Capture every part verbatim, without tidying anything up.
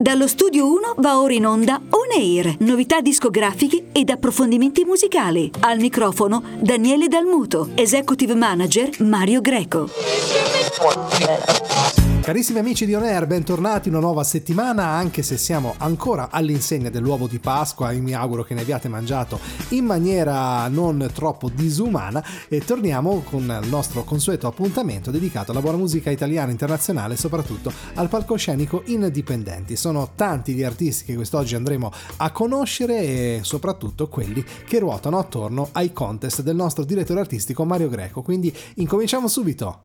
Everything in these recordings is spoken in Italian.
Dallo Studio uno va ora in onda On Air, novità discografiche ed approfondimenti musicali. Al microfono Daniele Dalmuto, Executive Manager Mario Greco. Carissimi amici di On Air, bentornati una nuova settimana, anche se siamo ancora all'insegna dell'uovo di Pasqua e mi auguro che ne abbiate mangiato in maniera non troppo disumana, e torniamo con il nostro consueto appuntamento dedicato alla buona musica italiana e internazionale, soprattutto al palcoscenico indipendenti. Sono tanti gli artisti che quest'oggi andremo a conoscere e soprattutto quelli che ruotano attorno ai contest del nostro direttore artistico Mario Greco, quindi incominciamo subito.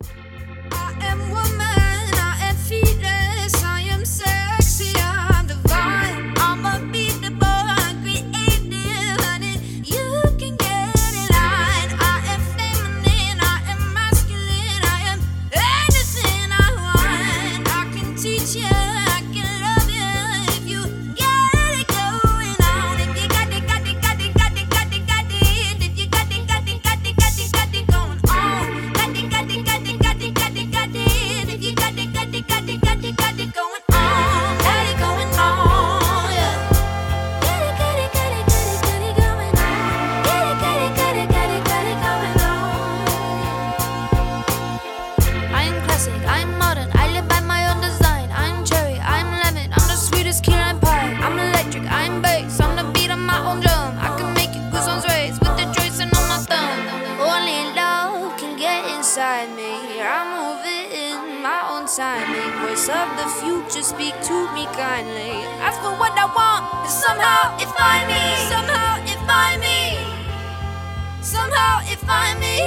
Of the future, speak to me kindly. Ask for what I want, and somehow it find me. Somehow it find me. Somehow it find me.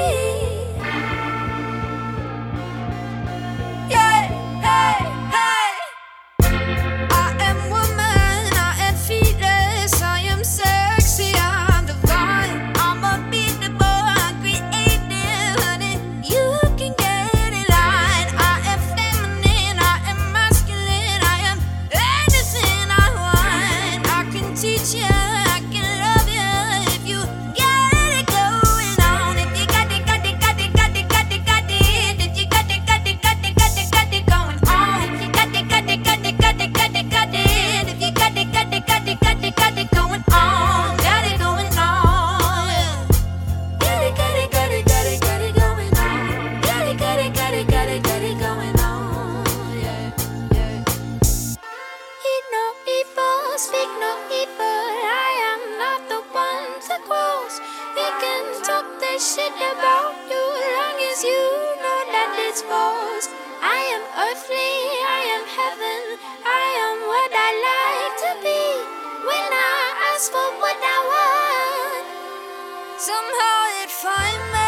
Yeah, hey, hey. I am woman, I am fearless, I am sexy, I'm divine. I'm unbeatable, I'm creative, honey. You can get in line. I am feminine, I am masculine, I am anything I want. I can teach you, I can love you if you get it going on. If you got it, got it, got it, got it, got it, got it. If you got it, got it, got it, got it, got it going on. If you got it, got it, got it, got it, got it, got it. If you got it, got it, got it, got it, got it going on. Got it going on. Got it, got it, got it, got it, got it going on. Got it, got it, got it, got it, got it going on. Yeah, yeah. Eat no evil, speak no evil. I am not the one to cross. They can talk their shit about you, long as you know that it's false. I am earthly, I am heaven, I am what I like to be. When I ask for what I want, somehow it find me.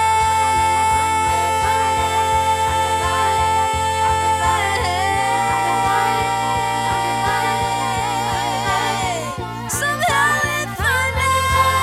Somehow it find me.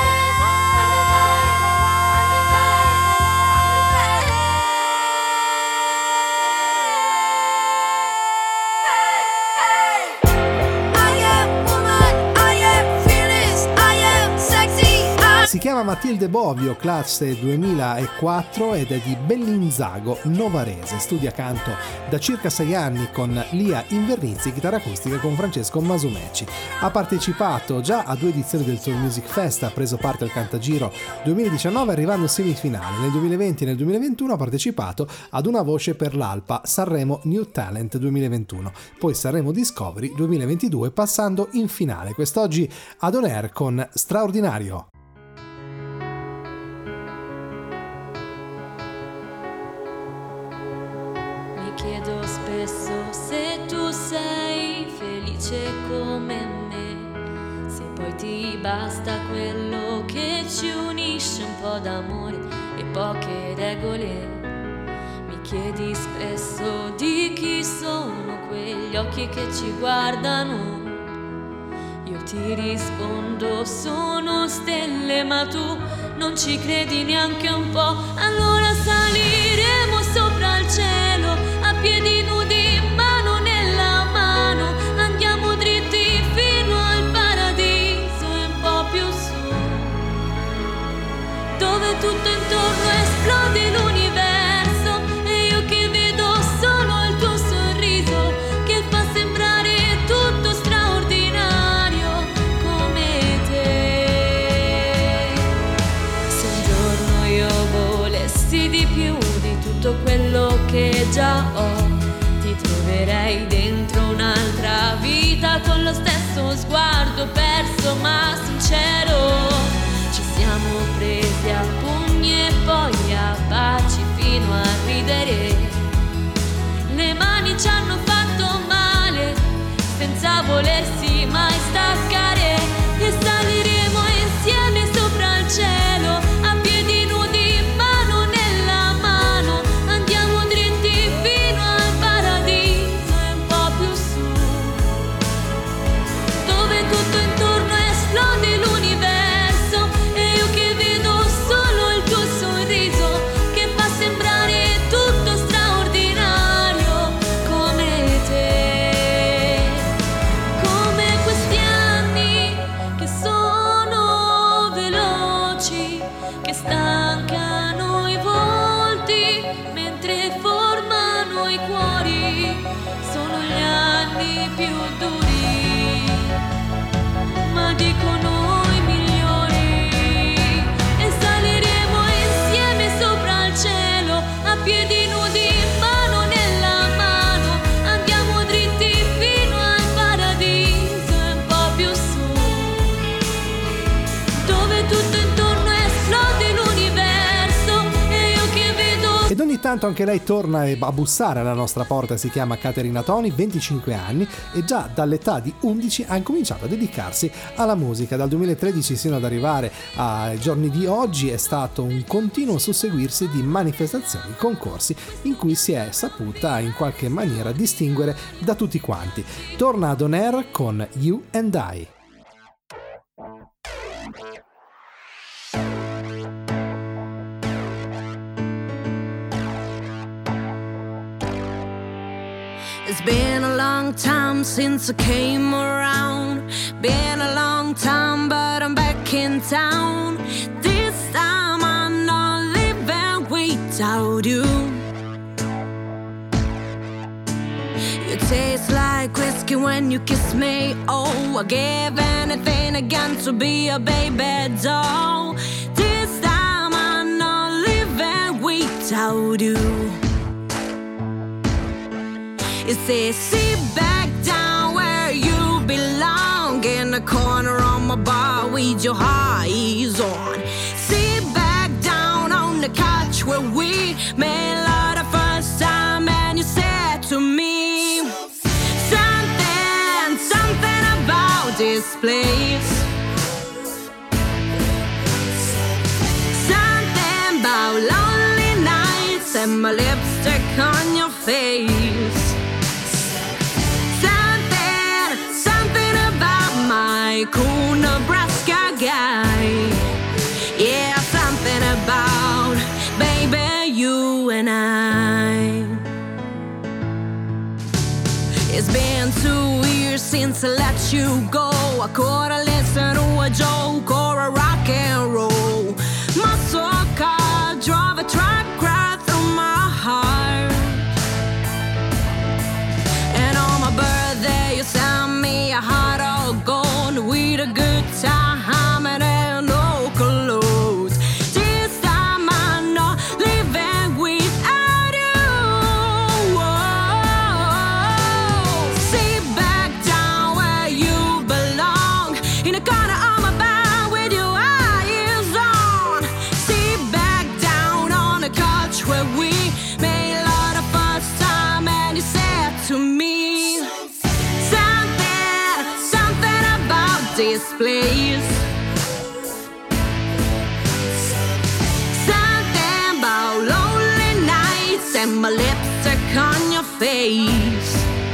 I am woman, I am fearless, I am sexy, I Si chiama Matilde Bovio, classe duemilaquattro, ed è di Bellinzago, Novarese. Studia canto da circa sei anni con Lia Invernizzi, chitarra acustica con Francesco Masumeci. Ha partecipato già a due edizioni del Tour Music Fest, ha preso parte al Cantagiro duemiladiciannove arrivando in semifinale. Nel duemilaventi e nel duemilaventuno ha partecipato ad Una voce per l'Alpa, Sanremo New Talent duemilaventuno, poi Sanremo Discovery duemilaventidue, passando in finale. Quest'oggi ad On Air con Straordinario. Mi chiedo spesso se tu sei felice come me, se poi ti basta quello che ci unisce, un po' d'amore e poche regole. Mi chiedi spesso di chi sono quegli occhi che ci guardano. Io ti rispondo sono stelle, ma tu non ci credi neanche un po'. Allora saliremo sopra il cielo a piedi nudi, mano nella mano. Andiamo dritti fino al paradiso e un po' più su, dove tutto intorno esplode l'universo e io che vedo solo il tuo sorriso che fa sembrare tutto straordinario. sguardo perso ma sincero. Ci siamo presi a pugni e poi a baci fino a ridere. Le mani ci hanno fatto male senza volersi mai staccare, e saliremo insieme sopra il cielo a piedi nudi, mano nella mano. Andiamo dritti fino al paradiso e un po' più su, dove tutto intorno esplode l'universo, e io che vedo solo il tuo sorriso che fa sembrare tutto straordinario come te, come questi anni che sono veloci, che stancano i volti mentre formano i cuori. Sono gli anni più duri, ma dicono i migliori, e saliremo insieme sopra il cielo a piedi nudi, mano nella mano. Andiamo dritti fino al paradiso e un po' più su, dove tutto intorno esplode l'universo, e io che vedo. Ed ogni tanto anche lei torna a bussare alla nostra porta. Si chiama Caterina Toni, venticinque anni, e già dall'età di undici ha incominciato a dedicarsi alla musica. Dal duemilatredici sino ad arrivare ai giorni di oggi è stato un continuo susseguirsi di manifestazioni, concorsi in cui si è saputa in qualche maniera distinguere da tutti quanti. Torna ad On Air con You and I. It's been a long time since I came around. Been a long time, but I'm back in town. This time I'm not leaving without you. You taste like whiskey when you kiss me. Oh, I give anything again to be a baby doll. This time I'm not leaving without you. It says, sit back down where you belong, in the corner of my bar with your highs on. Sit back down on the couch where we made love the first time, and you said to me, something, something about this place. Something about lonely nights and my lipstick on your face. My cool Nebraska guy. Yeah, something about, baby, you and I. It's been two years since I let you go. I couldn't listen to a joke or a rock and roll. My soul car drove a truck right through my heart. And on my birthday you sent me a heart all gold with a good time and then no clothes. This time I'm not living without you. Oh, sit back down where you belong, in the corner of my bed with your eyes on. Sit back down on the couch where we made love the first time, and you said to me, something, something about this place. Something about lonely nights and my lipstick on your face.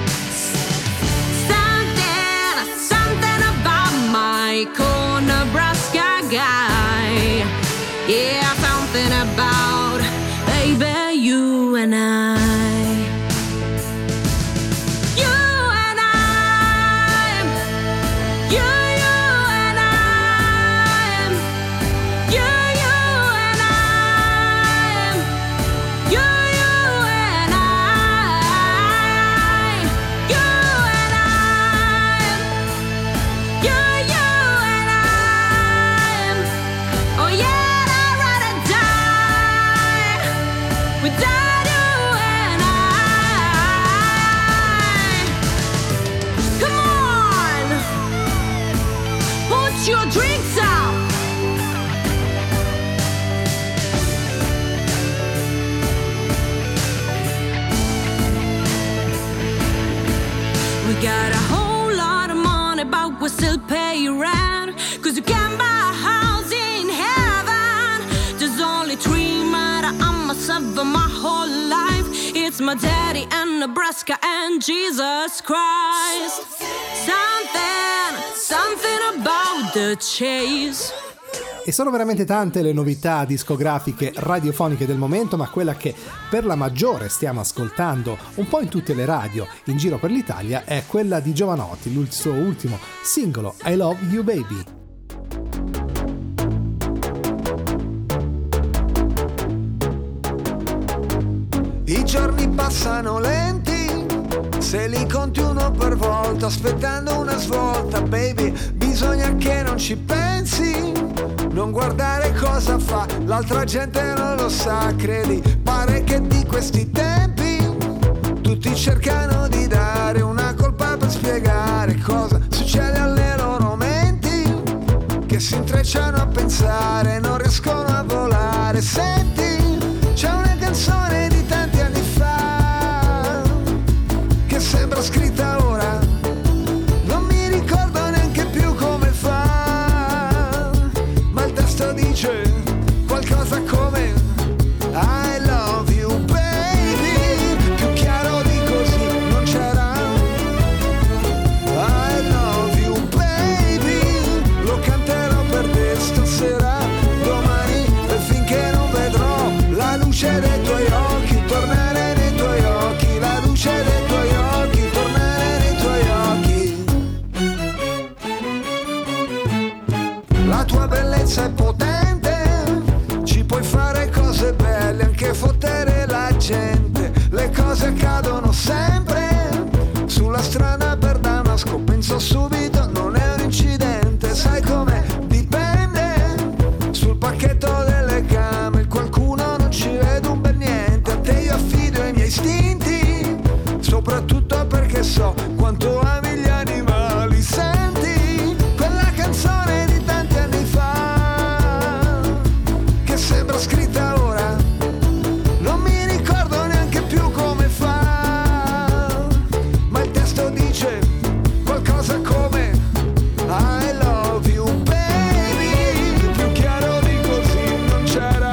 Something, something about my cool Nebraska guy. Yeah, something about, baby, you and I. You and I. You, you and I. we still pay rent, cause you can't buy a house in heaven. There's only three men I'm myself my whole life. It's my daddy and Nebraska and Jesus Christ. Something, something about the chase. E sono veramente tante le novità discografiche radiofoniche del momento, ma quella che per la maggiore stiamo ascoltando un po' in tutte le radio in giro per l'Italia è quella di Jovanotti, il suo ultimo singolo I Love You Baby. I giorni passano lenti, se li conti uno per volta, aspettando una svolta, baby, bisogna che non ci pensi, non guardare cosa fa, l'altra gente non lo sa, credi, pare che di questi tempi tutti cercano di dare una colpa per spiegare cosa succede alle loro menti, che si intrecciano a pensare, non riescono a volare. Senti, c'è una canzone di tanti anni fa che sembra scritta ora, non mi ricordo neanche più come fa, ma il testo dice qualcosa come I love you baby, più chiaro di così non c'era. I love you baby, lo canterò per te stasera, domani, e finché non vedrò la luce dei tuoi occhi, tornare nei tuoi occhi, la luce dei tuoi occhi, tornare nei tuoi occhi. La tua bellezza è potente, ci puoi fare cose belle, anche fottere la gente, le cose accadono sempre, sulla strada per Damasco penso subito non è un incidente, sai com'è, dipende, sul pacchetto delle camere qualcuno non ci vede un bel niente, a te io affido i miei istinti, soprattutto perché so quanto ami gli animali. Senti, quella canzone di tanti anni fa che sembra scritta ora, non mi ricordo neanche più come fa, ma il testo dice qualcosa come I love you baby, più chiaro di così non c'era.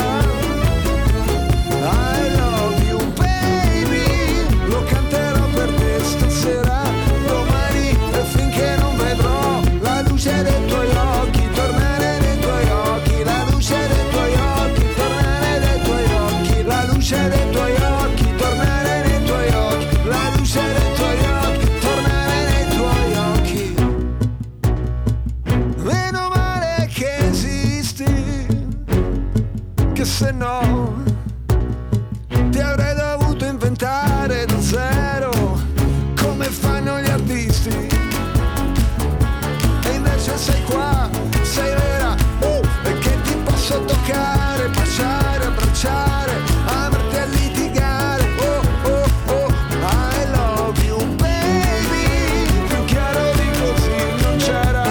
I love you baby, lo canterò per te stasera, domani, e finché non vedrò la luce dei tuoi occhi, tornare nei tuoi occhi, la luce dei tuoi occhi, tornare nei tuoi occhi, la luce dei tuoi occhi, tornare nei tuoi occhi, la luce dei tuoi occhi, tornare nei tuoi occhi. Meno male che esisti, che se no ti avrei dovuto inventare da zero, come fanno gli artisti. E invece sei qua, sei vera, uh, e che ti posso toccare, baciare, abbracciare, amarti a litigare. Oh, oh, oh, I love you baby, più chiaro di così non c'era.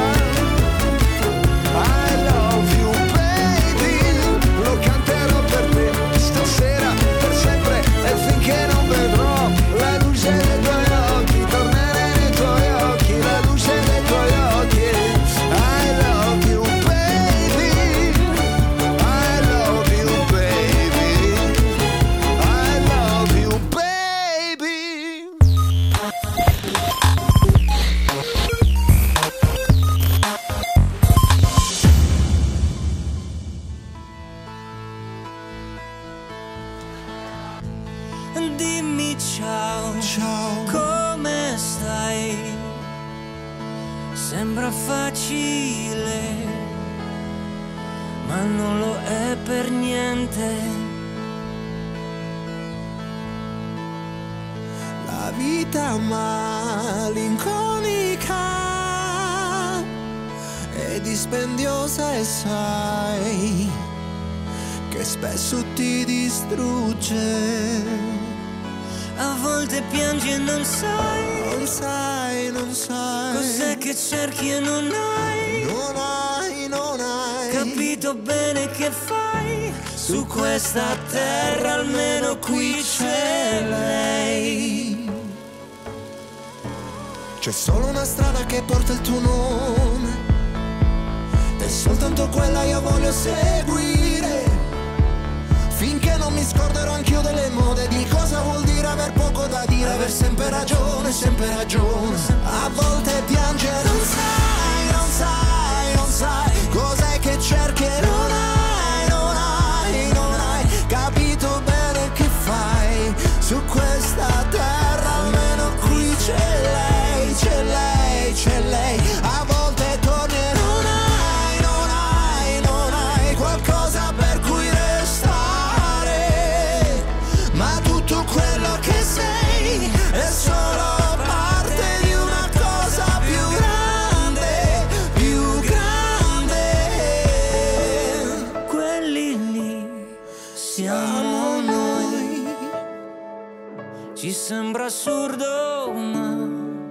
I love you baby, lo canterò per te stasera, per sempre, e finché non vedrò la luce dei tuoi occhi, tornare nei tuoi occhi, la luce dei tuoi occhi. I love you baby, I love you baby, I love you baby. Dimmi ciao, Ciao. come stai? Sembra facile, ma non lo è per niente. La vita malinconica è dispendiosa e sai che spesso ti distrugge. A volte piangi e non sai Non sai, non sai cos'è che cerchi e non hai Non hai, non hai capito bene che fai. Su questa terra almeno qui c'è lei. C'è solo una strada che porta il tuo nome, voglio seguire, finché non mi scorderò anch'io delle mode, di cosa vuol dire aver poco da dire, aver sempre ragione, sempre ragione. A volte piangere, non sai, non sai, non sai cos'è che cerchi e non hai, non hai, non hai capito bene che fai su questa terra, almeno qui c'è lei, c'è lei, c'è lei. A volte torni e non hai, non hai, non hai qualcosa per cui restare, ma tutto quello che sei è solo parte di una cosa più grande, più grande. Quelli lì siamo noi. Ci sembra assurdo, ma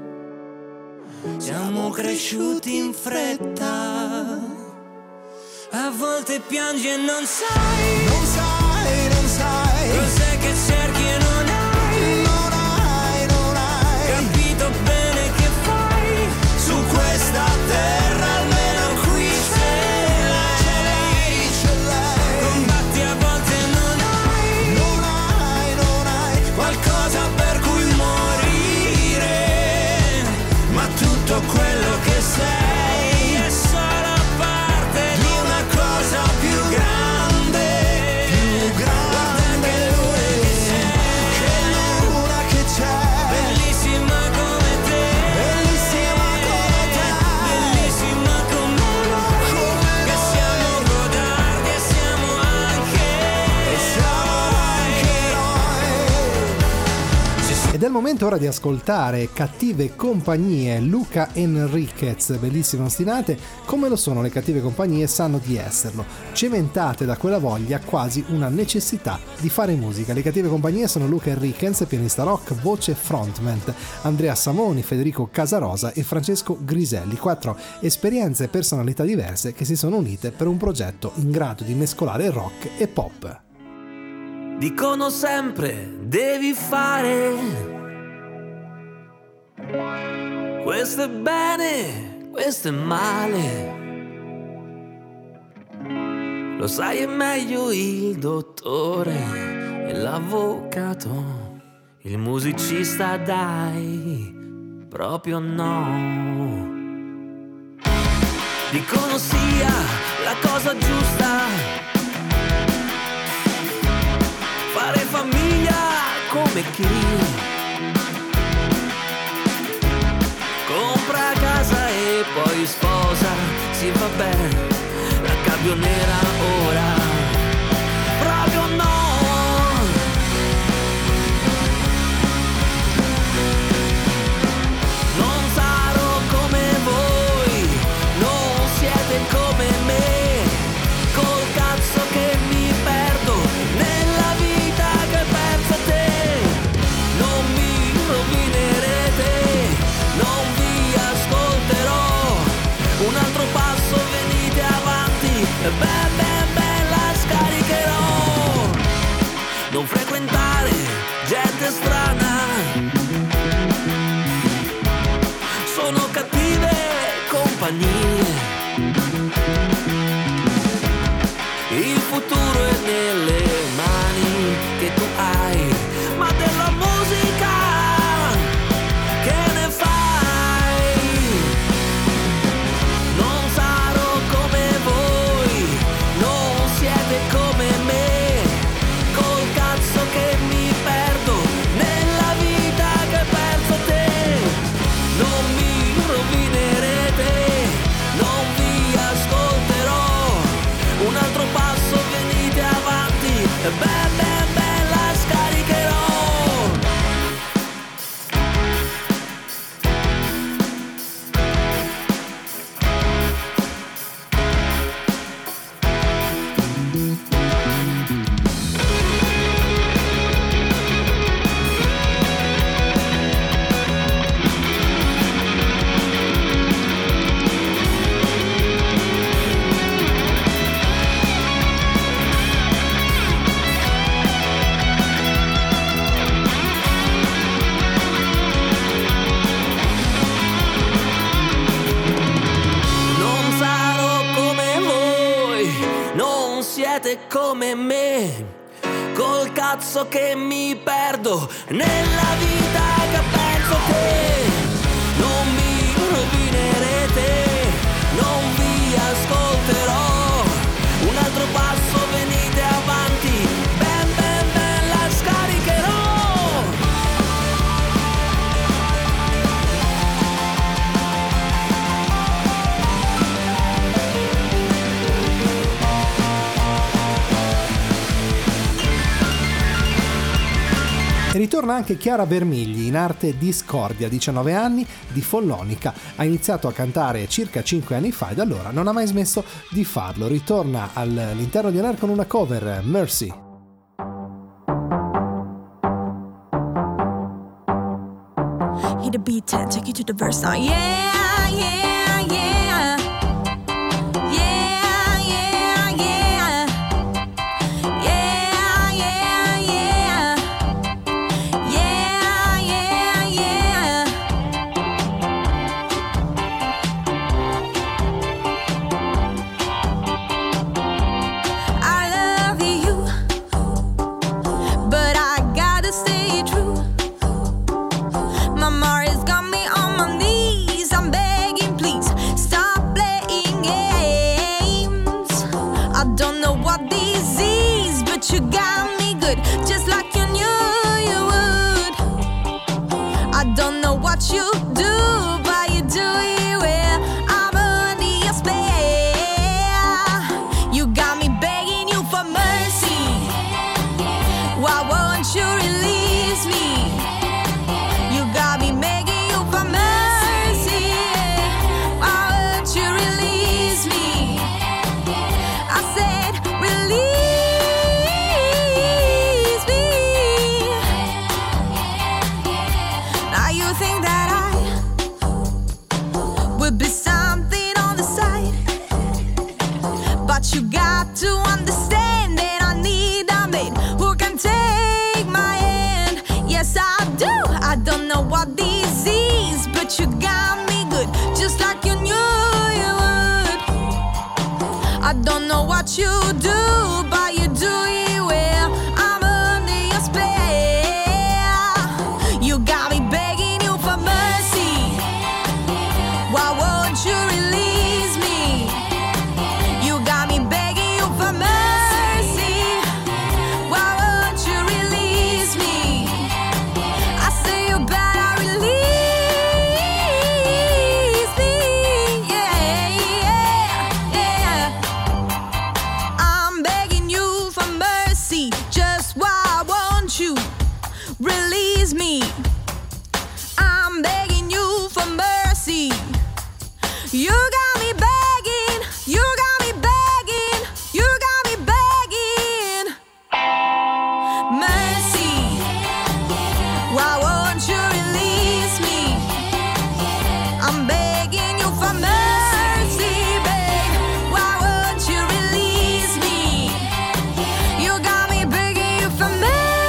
siamo cresciuti in fretta. A volte piangi e non sai, non sai, non sai cos'è che cerchi e non hai, non hai, non hai capito bene che fai su questa terra, almeno qui c'è lei, c'è lei. Combatti a volte e non hai, non hai, non hai qualcosa per cui morire, ma tutto quello che sei è solo parte di una cosa più grande, più grande che lui che sei, che luna che c'è, bellissima come te, bellissima come te, bellissima come noi, che siamo godardi e siamo anche, e siamo anche noi. Ed è il momento ora di ascoltare Cattive Compagnie, Luca Enriquez. Bellissime ostinate, come lo sono le cattive compagnie sanno di esserlo, cementate da quella voglia, quasi una necessità di fare musica. Le cattive compagnie sono Luca Enriquez, pianista rock, voce frontman, Andrea Samoni, Federico Casarosa e Francesco Griselli, quattro esperienze e personalità diverse che si sono unite per un progetto in grado di mescolare rock e pop. Dicono sempre devi fare, questo è bene, questo è male, lo sai è meglio il dottore e l'avvocato, il musicista dai, proprio no. Dicono sia la cosa giusta, fare famiglia come chi compra casa e poi sposa, sì vabbè, la cambio nera ora, proprio no. Non sarò come voi, non siete come me, col cazzo che mi perdo nella vita che hai perso te, non mi rovinerete, non vi ascolterò, un altro passo venite avanti, e ben ben ben la scaricherò, non frequentare gente strana, sono cattive compagnie, il futuro è nelle mani che tu hai, ma della musica che ne fai? Non sarò come voi, non siete come me, col cazzo che mi perdo nella vita che hai perso te, non mi rovinerete, siete come me, col cazzo che mi perdo nella vita che penso che non mi rovinerete, non vi ascolterò, un altro passo venite avanti, ben ben ben la scaricherò. E ritorna anche Chiara Vermigli, in arte Discordia, diciannove anni, di Follonica. Ha iniziato a cantare circa cinque anni fa e da allora non ha mai smesso di farlo. Ritorna all'interno di On Air con una cover, Mercy. Hit the beat and take you to the verse now. Yeah, yeah, yeah. Yeah, yeah, yeah. Yeah, yeah, yeah. Yeah, yeah, yeah. I love you, but I gotta stay true. Mama has got me on my knees. I'm begging, please stop playing games. I don't know what this is, but you got me good, just like you knew you would. I don't know what you do, but you do it well. I'm under your spell. You got me begging you for mercy. Why won't you release me? You got me begging you for mercy. Why won't you release me? I said, release me. Now you think that I would be something on the side, but you got to understand that I need a man who can take my hand. Yes, I do. I don't know what this is, but you got me good, just like you knew you would. I don't know what you do, but you do it well. I'm under your spell. You got me begging you for mercy. Why won't you release me? You got me begging you for mercy. Why won't you release me? I say you better release me. Yeah, yeah, yeah. I'm begging you for mercy. Just why won't you release me? I'm begging you for mercy. You got me begging, you got me begging, you got me begging. Mercy, why won't you release me? I'm begging you for mercy, babe. Why won't you release me? You got me begging you for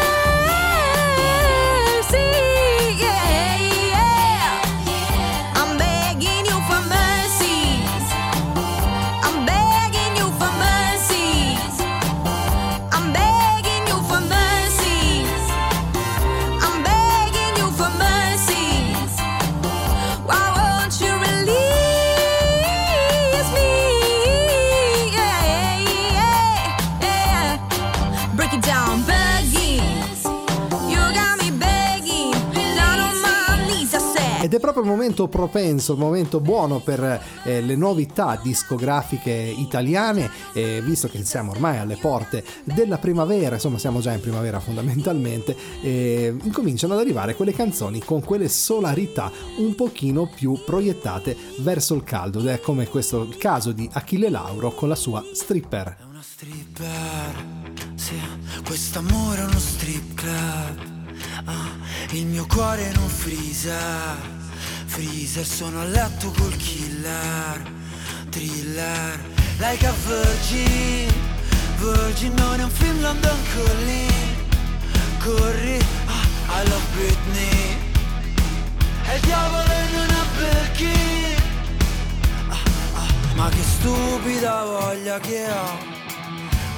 mercy. Yeah, yeah. I'm begging you for mercies. I'm begging you for mercies. I'm begging you for mercies. I'm begging you for mercies. Why won't you release me? Yeah, yeah, yeah. Break it down, begging. You got me begging. Down on my knees, I said. Ed è proprio il momento propenso, il momento buono per eh, le novità discografiche italiane, eh, visto che siamo ormai alle porte della primavera, insomma siamo già in primavera fondamentalmente, eh, incominciano ad arrivare quelle canzoni con quelle solarità un pochino più proiettate verso il caldo, ed è come questo il caso di Achille Lauro con la sua Stripper. È una stripper, sì, quest'amore è uno strip club. Ah, il mio cuore è in un freezer, freezer, sono a letto col killer, thriller, like a virgin, virgin, non è un film London Calling, corri, ah, I love Britney, è il diavolo e non ha perché, ah, ah, ma che stupida voglia che ho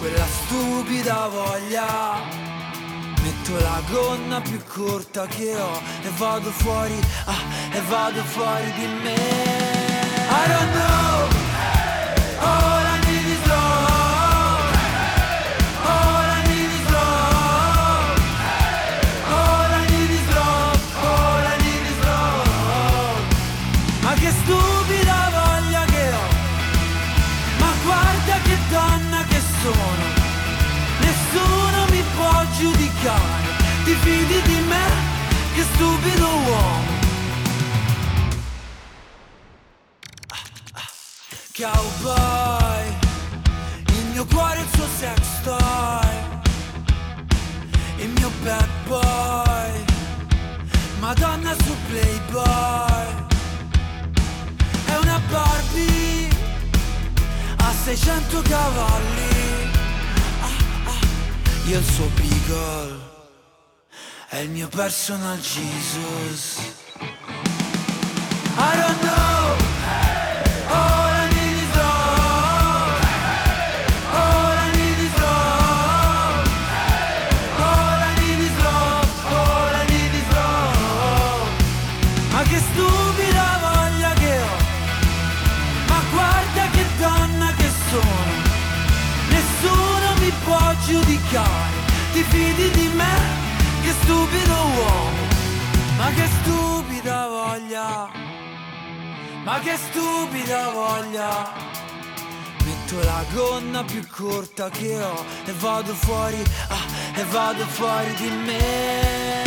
quella stupida voglia. Metto la gonna più corta che ho e vado fuori, ah, e vado fuori di me. I don't know, all I need is love, all I need is love, all I need is love, all I need is love. Ma che stupida voglia che ho, ma guarda che donna che sono, nessuno mi può giudicare, ti fidi di me, che stupido uomo. Cowboy, il mio cuore è il suo sex toy, il mio bad boy, Madonna su Playboy. È una Barbie a seicento cavalli, ah, ah. Io il suo Beagle, è il mio personal Jesus. I don't know, all I need is love, all I need is love, all I need is love, all I need is love. Ma che stupida voglia che ho, ma guarda che donna che sono, nessuno mi può giudicare, ti fidi di me, che stupido uomo. Ma che stupida voglia, ma che stupida voglia. Metto la gonna più corta che ho e vado fuori, ah, e vado fuori di me.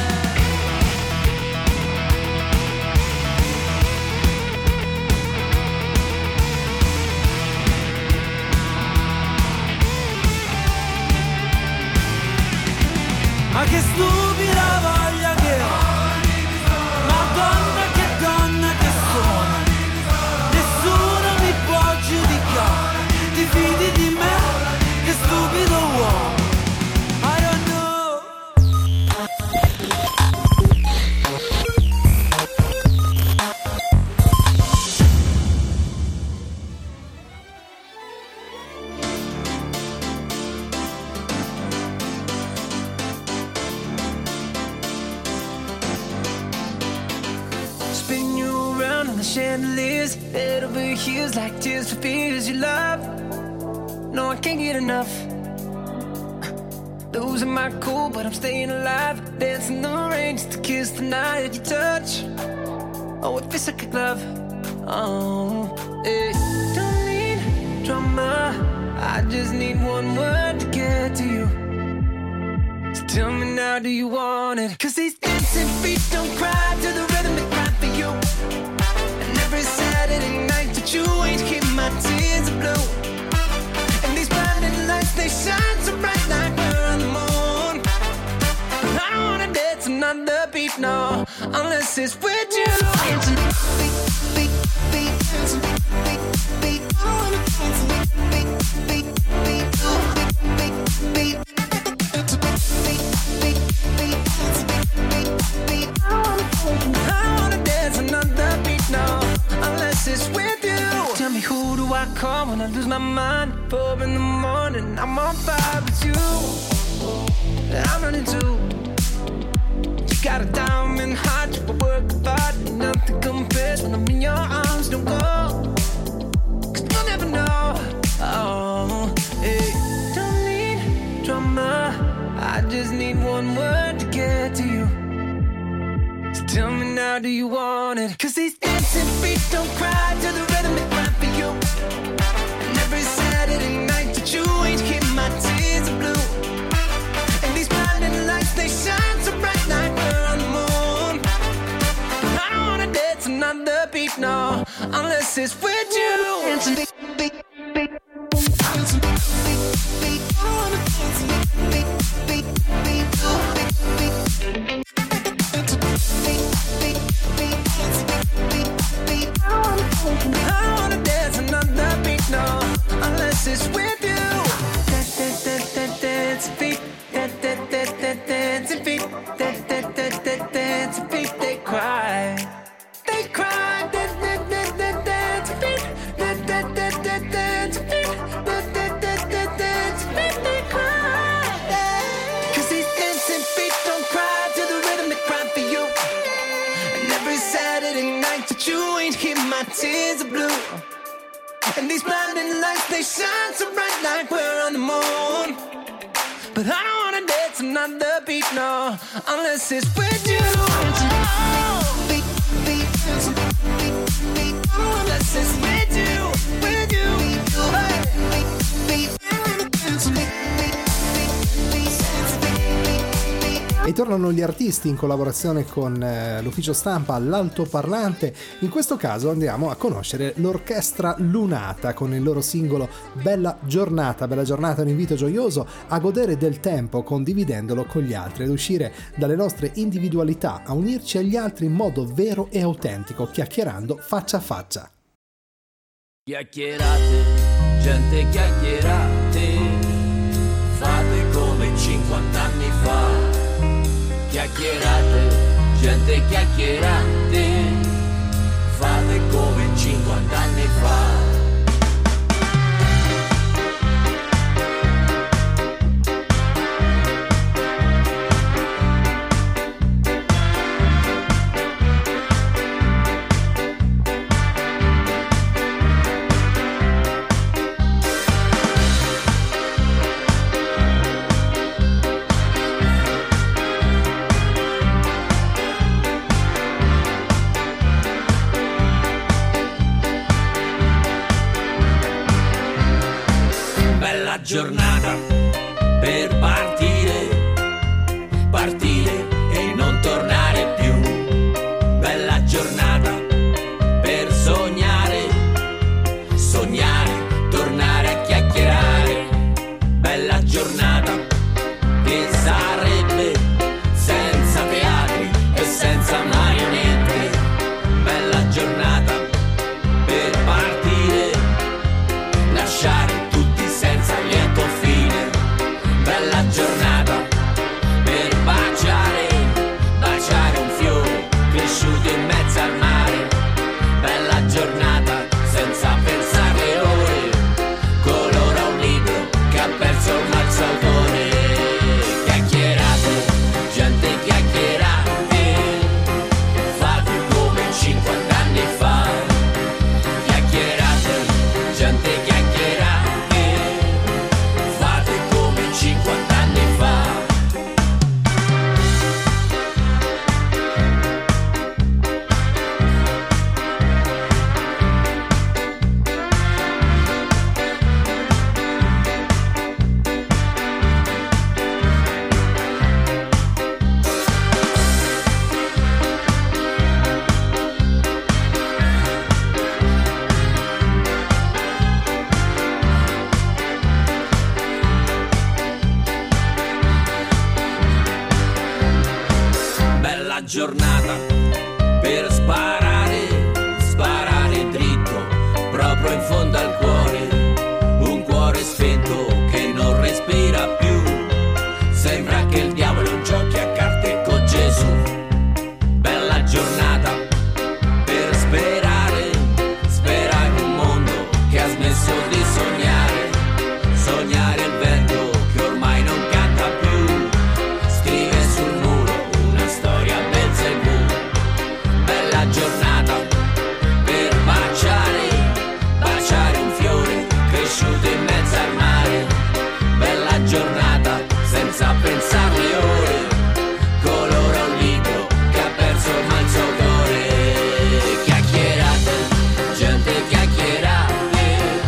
Ma che stupida voglia che ho, Madonna che donna che sono, nessuno mi può giudicare, ti fidi di me, che stupido uomo. I don't know. Spin you around on the chandeliers, head over heels like tears for fears you love. No, I can't get enough. Losing my cool, but I'm staying alive. Dancing the rain just to kiss the night at your touch. Oh, it feels like a glove. Oh, hey. Don't need drama, I just need one word to get to you. So tell me now, do you want it? Cause these dancing feet don't cry to the rhythm they cry for you. And every Saturday night that you ain't keep my tears blue. And these blinding lights, they shine so bright like we're on the moon. I don't wanna dance another beat, no, unless it's with you. Dancing beat, beat, beat, dancing beat, beat, I wanna dance beat, beat, beat, beat, beat, beat, beat. I wanna dance another beat now, unless it's with you. Tell me, who do I call when I lose my mind? Four in the morning, I'm on fire with you. I'm running too. You got a diamond heart, you work hard, nothing compares when I'm in your arms. Don't go, cause you'll never know. Oh, hey. Don't need drama, I just need one word to get to you. So tell me now, do you want it? Cause these dancing feet don't cry to the rhythm they cry for you. And every Saturday night that you ain't keep my tears blue. And these blinding lights, they shine so bright like we're on the moon. I don't wanna dance another beat, no, unless it's with you. Dancing beat, beat, beat, dancing beat, beat, I wanna dance beat, beat, beat, beat, beat, beat. I wanna dance another beat, no, unless it's with you. Dance feet, dance feet, dance feet, they cry, they cry. Dance feet, And these blinding lights, they shine so bright like we're on the moon. But I don't wanna dance another beat, no, unless it's with you. Beat, beat, beat, unless it's with you, with you. Hey. Beat, beat, E tornano gli artisti in collaborazione con eh, l'ufficio stampa L'Altoparlante. In questo caso andiamo a conoscere l'orchestra Lunata con il loro singolo Bella Giornata. Bella Giornata è un invito gioioso a godere del tempo condividendolo con gli altri, ad uscire dalle nostre individualità, a unirci agli altri in modo vero e autentico, chiacchierando faccia a faccia. Chiacchierate, gente chiacchierate, fate come cinquanta anni fa. Chiacchierate, gente chiacchierate, fate come cinquanta anni fa. Giornata per partire, partire e non tornare più. Bella giornata per sognare, sognare, tornare a chiacchierare. Bella giornata che sarebbe senza teatri e senza marionette. Bella giornata per partire, lasciare senza lieto fine. Bella giornata per baciare, baciare un fiore cresciuto in mezzo al mare. Bella giornata senza pensare le ore, colora un libro che ha perso ormai il suo autore. Chiacchierate, gente chiacchierate, fate come cinquanta anni fa. Chiacchierate, gente chiacchierate, cinquanta anni fa. Giornata per sparare, sparare dritto, proprio in fondo al cuore, un cuore spento che non respira più, sembra che il diavolo giochi a carte con Gesù. Bella giornata per sperare, sperare un mondo che ha smesso di sognare, sognare il vento che ormai non canta più, scrive sul muro una storia bella. Bella giornata per baciare, baciare un fiore cresciuto in mezzo al mare. Bella giornata senza pensare le ore, colora un libro che ha perso ormai il suo autore. Chiacchierate, gente chiacchierate,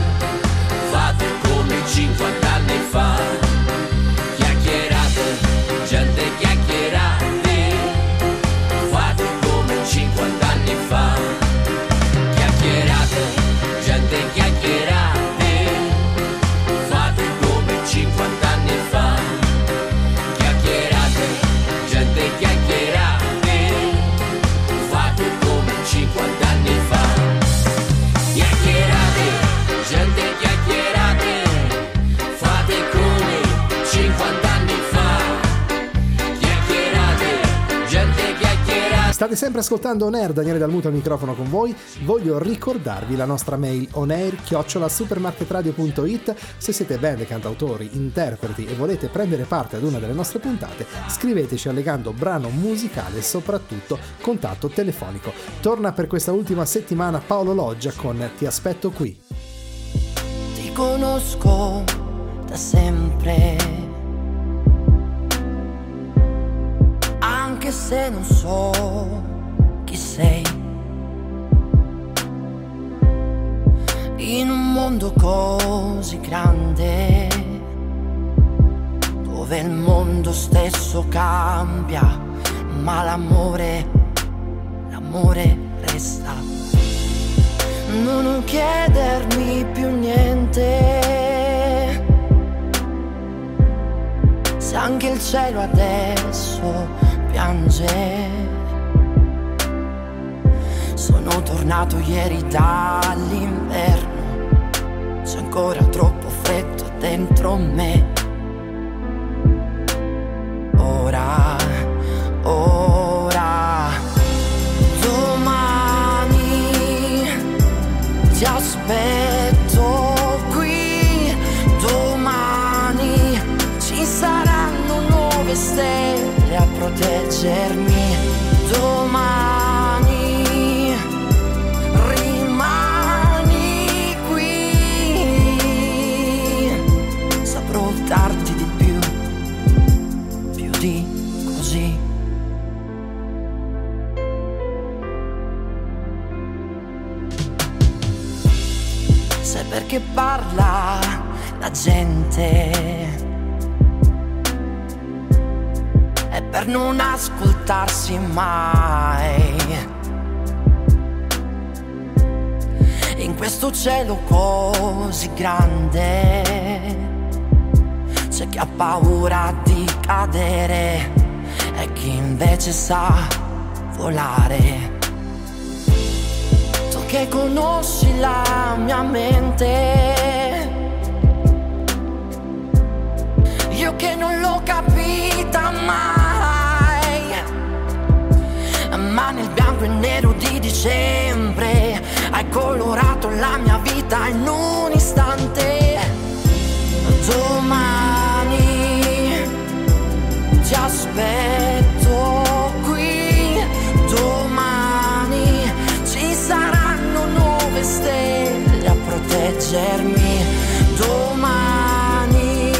fate come cinquanta anni fa. Chiacchierate, gente chiacchierate, fate come cinquanta anni fa. Chiacchierate, gente chiacchierate, fate come cinquanta anni fa. Chiacchierate, gente chiacchierate, fate come cinquanta anni fa. Chiacchierate, gente chiacchierate, fate come cinquanta anni fa. Chiacchierate, gente chiacchierate. State sempre ascoltando On Air, Daniele Dalmuto al microfono con voi. Voglio ricordarvi la nostra mail onair chiocciola supermarketradio punto it. Se siete band, cantautori, interpreti e volete prendere parte ad una delle nostre puntate, scriveteci allegando brano musicale e soprattutto contatto telefonico. Torna per questa ultima settimana Paolo Loggia con Ti aspetto qui. conosco da sempre, anche se non so chi sei. In un mondo così grande, dove il mondo stesso cambia, ma l'amore, l'amore resta. Non chiedermi più niente, se anche il cielo adesso piange. Sono tornato ieri dall'inverno, c'è ancora troppo freddo dentro me. Ora, ora, domani ti aspetto qui, domani ci saranno nuove stelle a proteggermi, domani rimani qui, saprò darti di più, più di così. Sai perché parla la gente? È per non ascoltarsi mai. In questo cielo così grande c'è chi ha paura di cadere e chi invece sa volare. Tu che conosci la mia mente, io che non l'ho capita mai, ma nel bianco e nero di dicembre hai colorato la mia vita in un istante. Domani ti aspetto qui, domani ci saranno nuove stelle a proteggermi, domani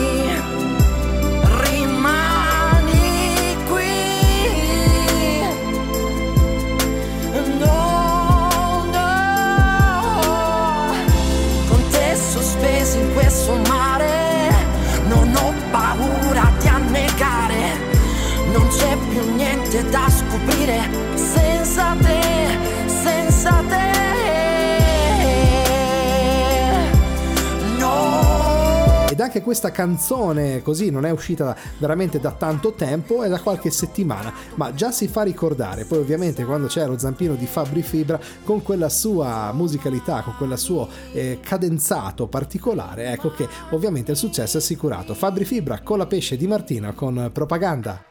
rimani qui. No, no, con te sospesi in questo mare, non ho paura di annegare, non c'è più niente da scoprire senza te, senza te. No. Ed anche questa canzone così non è uscita veramente da tanto tempo, è da qualche settimana, ma già si fa ricordare. Poi ovviamente quando c'è lo zampino di Fabri Fibra con quella sua musicalità, con quel suo eh, cadenzato particolare, ecco che ovviamente il successo è assicurato. Fabri Fibra con la Pesce di Martino con Propaganda.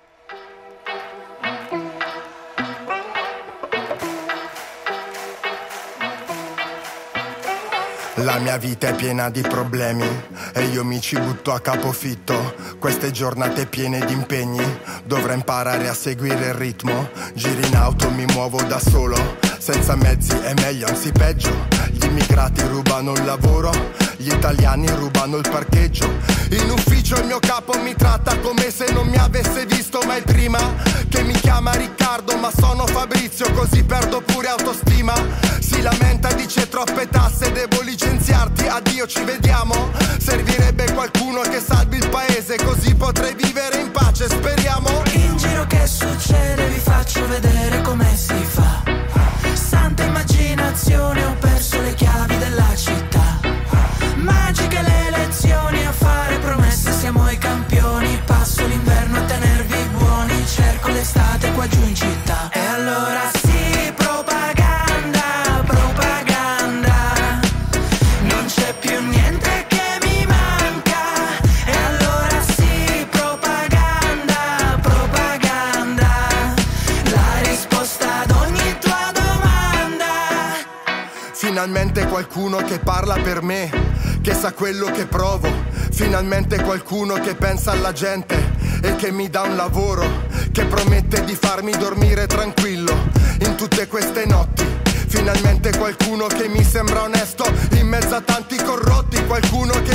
La mia vita è piena di problemi e io mi ci butto a capofitto. Queste giornate piene di impegni, dovrò imparare a seguire il ritmo. Giro in auto, mi muovo da solo, senza mezzi è meglio, anzi peggio. Gli immigrati rubano il lavoro, gli italiani rubano il parcheggio. In ufficio il mio capo mi tratta come se non mi avesse visto mai prima. Che mi chiama Riccardo ma sono Fabrizio, così perdo pure autostima. Si lamenta e dice troppe tasse, devo licenziarti, addio ci vediamo. Servirebbe qualcuno che salvi il paese, così potrei vivere in pace, speriamo. In giro che succede, vi faccio vedere come si fa. Santa immaginazione, ho perso le chiavi della città. Magiche le lezioni, a fare promesse siamo i campioni. Passo l'inverno a tenervi buoni, cerco l'estate qua giù in città. E allora sì, propaganda, propaganda, non c'è più niente che mi manca. E allora sì, propaganda, propaganda, la risposta ad ogni tua domanda. Finalmente qualcuno che parla per me, che sa quello che provo. Finalmente qualcuno che pensa alla gente e che mi dà un lavoro, che promette di farmi dormire tranquillo in tutte queste notti. Finalmente qualcuno che mi sembra onesto in mezzo a tanti corrotti, qualcuno che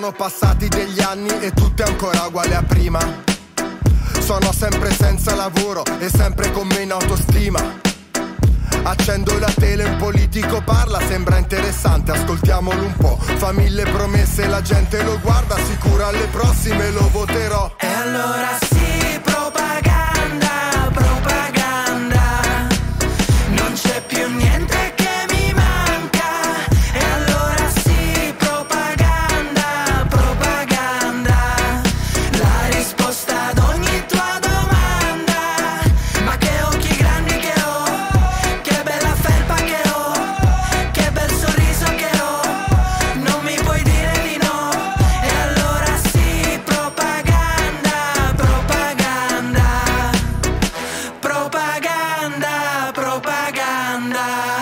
Sono passati degli anni e tutto è ancora uguale a prima. Sono sempre senza lavoro e sempre con meno autostima. Accendo la tele, un politico parla, sembra interessante, ascoltiamolo un po'. Fa mille promesse, la gente lo guarda, sicura alle prossime lo voterò. E allora sì, propaganda, propaganda, non c'è più niente che mi manca. E allora sì, propaganda, propaganda, la risposta ad ogni tua domanda. Ma che occhi grandi che ho, che bella felpa che ho, che bel sorriso che ho, non mi puoi dire di no. E allora sì, propaganda, propaganda, propaganda, propaganda.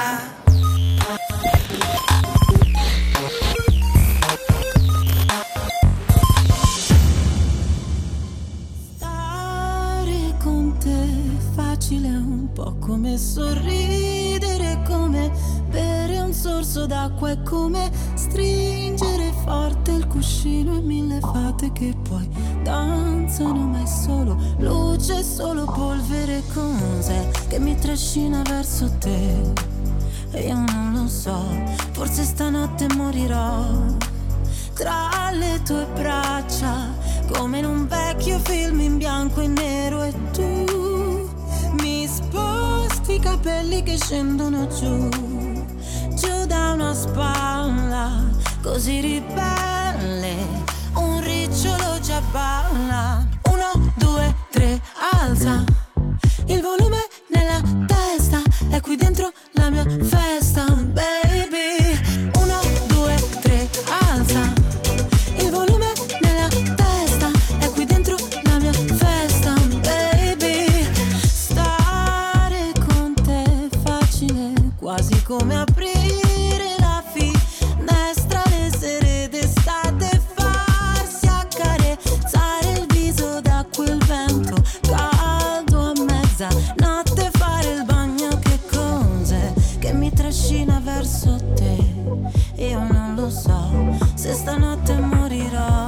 Stare con te facile è un po' come sorridere, come bere un sorso d'acqua, è come stringere forte il cuscino e mille fate che poi danzano, ma è solo luce, solo polvere. Cos'è che mi trascina verso te? E io non lo so, forse stanotte morirò tra le tue braccia, come in un vecchio film in bianco e nero. E tu mi sposti i capelli che scendono giù, giù da una spalla, così ribelle, un ricciolo già balla. Uno, due, tre, alza il volume nella testa, è qui dentro la mia festa, baby. Uno, due, tre, alza il volume nella testa, è qui dentro la mia festa, baby. Stare con te è facile, quasi come aprire la finestra le sere d'estate, farsi accarezzare il viso da quel vento caldo a mezzanotte, fare il bagno. Che cos'è che mi trascina verso te? Io non lo so, se stanotte morirò.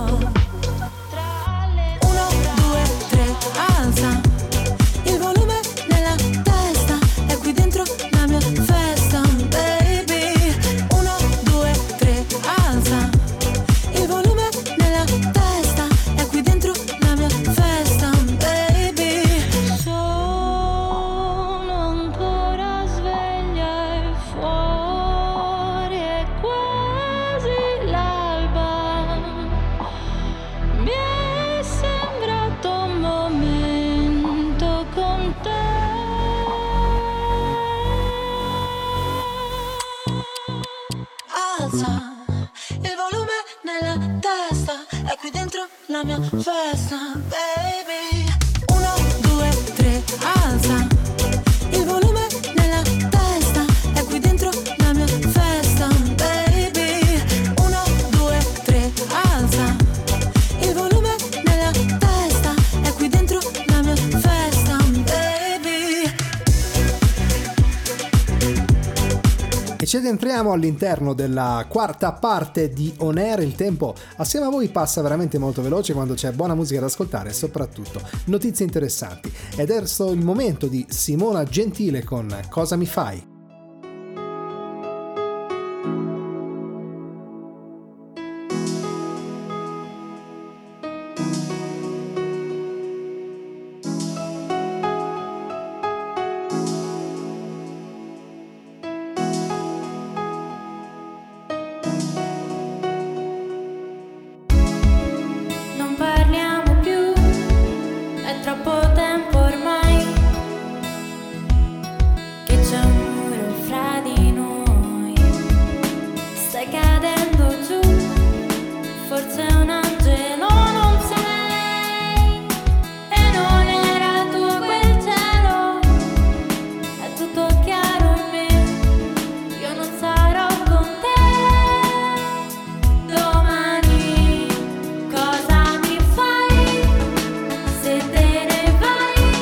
Uno, due, tre, alza il volume nella testa, è qui dentro la mia festa, baby. Uno, due, tre, alza il volume nella testa, è qui dentro la mia festa, baby. Sono ancora sveglia e fuori è quasi l'alba. Mi è sembrato un momento con te. Alza il volume nella testa, è qui dentro la mia festa, baby. Uno, due, tre, alza il volume nella testa, è qui dentro la mia festa, baby. Uno, due, tre, alza il volume nella testa, è qui dentro la mia festa, baby. E ci addentriamo all'interno della quarta parte di On Air. Il tempo assieme a voi passa veramente molto veloce quando c'è buona musica da ascoltare e soprattutto notizie interessanti. Ed è adesso il momento di Simona Gentile con Cosa mi fai? Non parliamo più, è troppo tempo ormai che c'è un muro fra di noi. Stai cadendo giù, forse un angelo non sei, e non era tuo quel cielo. È tutto chiaro in me, io non sarò con te domani. Cosa mi fai se te ne vai?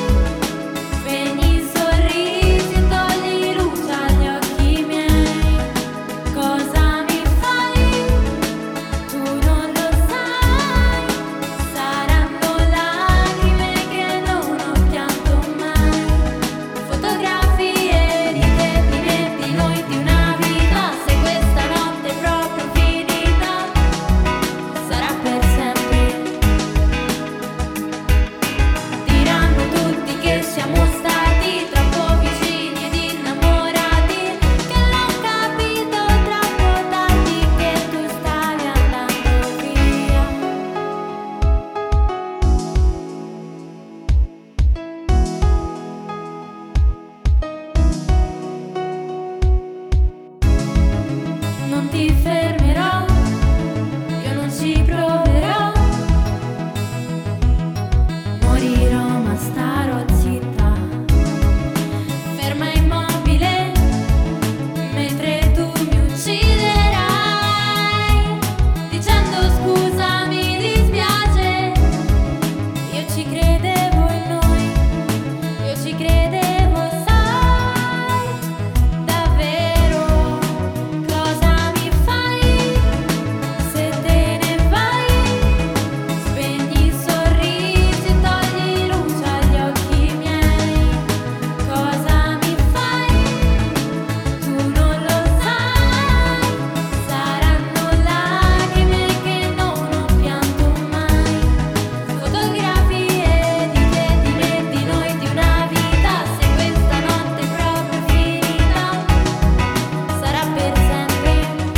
credevo in noi, io ci credevo, sai davvero cosa mi fai se te ne vai, spegni i sorrisi, togli luce agli occhi miei, cosa mi fai, tu non lo sai, saranno lacrime che non ho pianto mai, fotografie di te, di me, di noi, di una vita, se questa notte è proprio finita, sarà per sempre.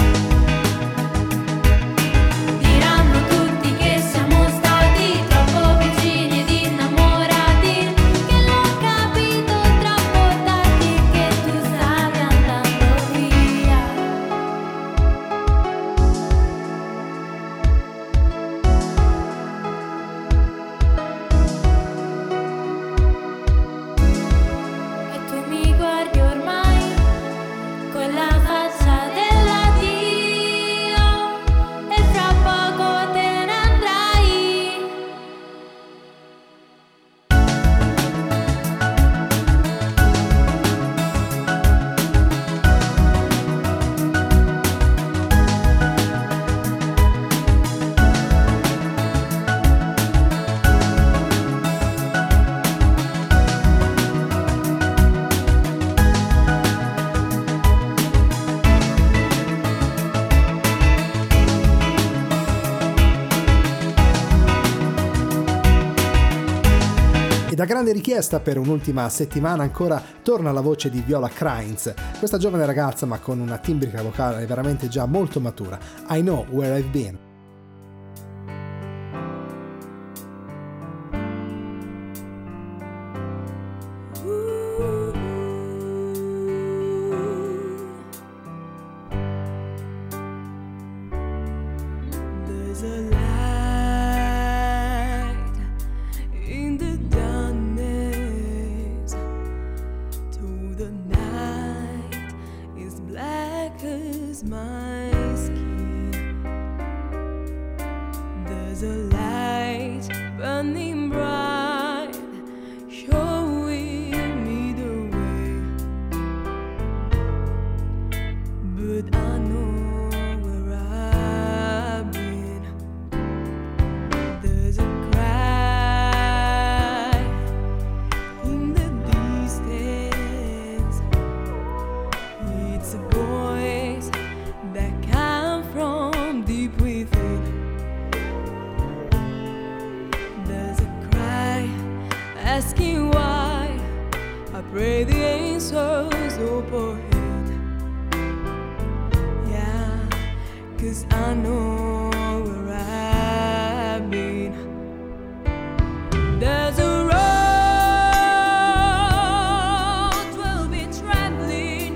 Diranno tutti che siamo stati troppo vicini ed innamorati, che l'ho capito troppo tardi, che tu stavi andando via. E tu mi guardi ormai con la faccia dell'addio e fra poco te ne andrai. E da grande richiesta per un'ultima settimana ancora torna la voce di Viola Krainz, questa giovane ragazza ma con una timbrica vocale veramente già molto matura. I Know Where I've Been. There's a light in the darkness. To the night is black as my skin. There's a light burning bright, showing me the way. But I know where I've been. There's a cry in the distance. It's a voice that comes from deep within. There's a cry asking why. I pray the answers overhead. Yeah, 'cause I know where I've been. There's a road we'll be traveling,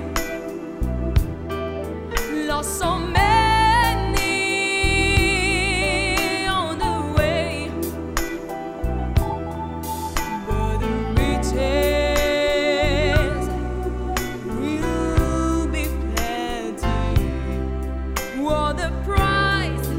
lost so many on the way, but the riches will be plenty. What the price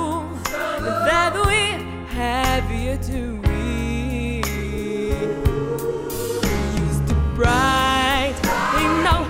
that we have yet to read. Use the bright in our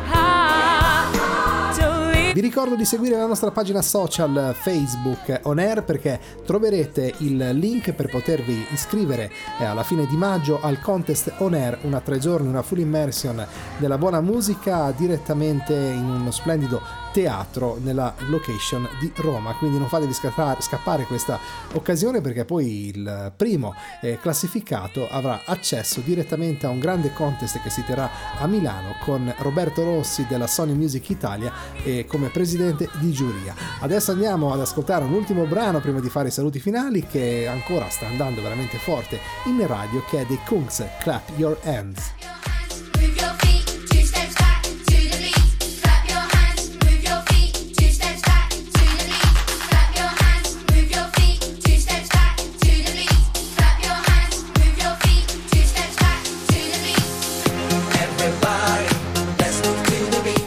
heart to live. Vi ricordo di seguire la nostra pagina social Facebook On Air, perché troverete il link per potervi iscrivere alla fine di maggio al contest On Air, una tre giorni, una full immersion della buona musica direttamente in uno splendido teatro nella location di Roma. Quindi non fatevi scappare, scappare questa occasione, perché poi il primo eh, classificato avrà accesso direttamente a un grande contest che si terrà a Milano con Roberto Rossi della Sony Music Italia e come presidente di giuria. Adesso andiamo ad ascoltare un ultimo brano prima di fare i saluti finali, che ancora sta andando veramente forte in radio, che è dei Kungs, Clap Your Hands. Move your feet, two steps back to the beat. Clap your hands, move your feet, two steps back to the beat. Clap your hands, move your feet, two steps back to the beat. Clap your hands, move your feet, two steps back to the beat. Everybody, let's move to the beat.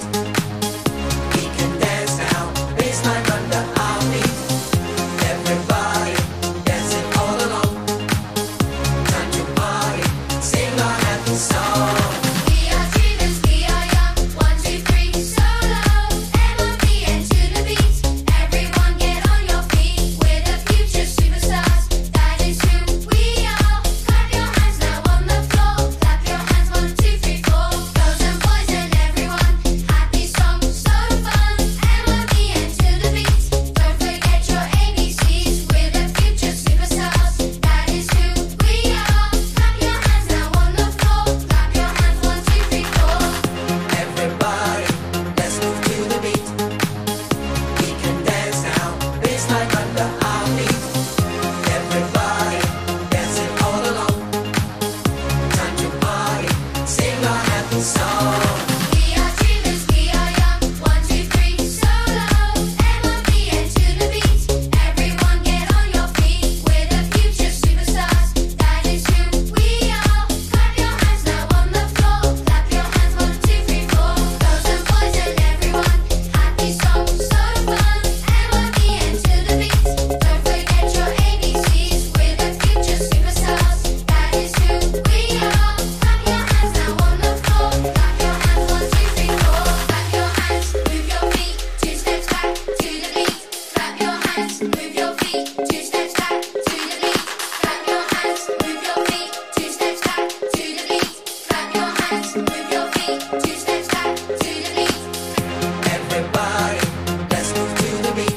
We can dance now, baseline under our feet. Everybody, dancing all along. Time to party, sing our happy song. We are dreamers, we are young. One, two, three, solo. M O P and to the beat. Everyone get on your feet. We're the future superstars. That is who we are. Clap your hands now on the floor. Clap your hands, one, two, three, four. Girls and boys and everyone. Happy song, so fun. M O P and to the beat. Don't forget your A B Cs. We're the future superstars. That is who we are. Clap your hands now on the floor. Clap your hands, one, two, three, four. Everybody, let's move to the beat. We can dance now, baseline under our feet. Everybody, dancing all along. Time to party, sing our happy song. We are dreamers, we are young. One, two, three, solo. M O P and to the beat. Everyone get on your feet. We're the future superstars. That is who we are. Clap your hands now on the floor. Clap your hands, one, two, three, four. Girls and boys and everyone. Happy song, so fun. M O P and to the beat. Don't forget your A B Cs. We're the future superstars. That is who we are. Clap your hands now on the floor. Clap your hands, one, two, three, four. Clap your hands, move your feet, two steps back to the beat. Clap your hands, move your feet, two steps back to the beat. Clap your hands, move your feet, two steps back to the beat. Clap your hands, move your feet, two steps back to the beat. Everybody, let's move to the beat.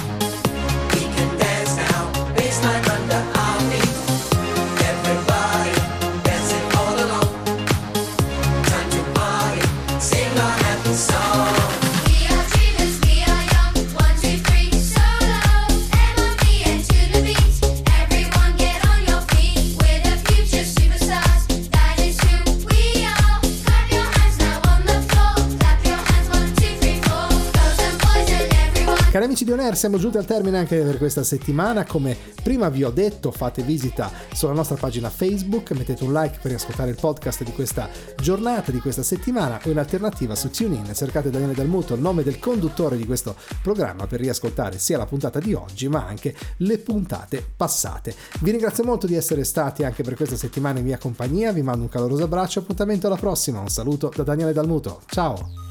We can dance now, baseline under our feet. Everybody, dancing all along. Time to party, sing our happy song. We are dreamers, we are young. One, two, three, solo. M O P and to the beat. Everyone get on your feet. We're the future superstars. That is who we are. Clap your hands now on the floor. Clap your hands, one, two, three, four. Girls and boys and everyone. Cari amici di On Air, siamo giunti al termine anche per questa settimana. Come prima vi ho detto, fate visita sulla nostra pagina Facebook, mettete un like per riascoltare il podcast di questa giornata, di questa settimana, o in alternativa su TuneIn cercate Daniele Dal Muto, il nome del conduttore di questo programma, per riascoltare sia la puntata di oggi ma anche le puntate passate. Vi ringrazio molto di essere stati anche per questa settimana in mia compagnia, vi mando un caloroso abbraccio, appuntamento alla prossima, un saluto da Daniele Dal Muto, ciao!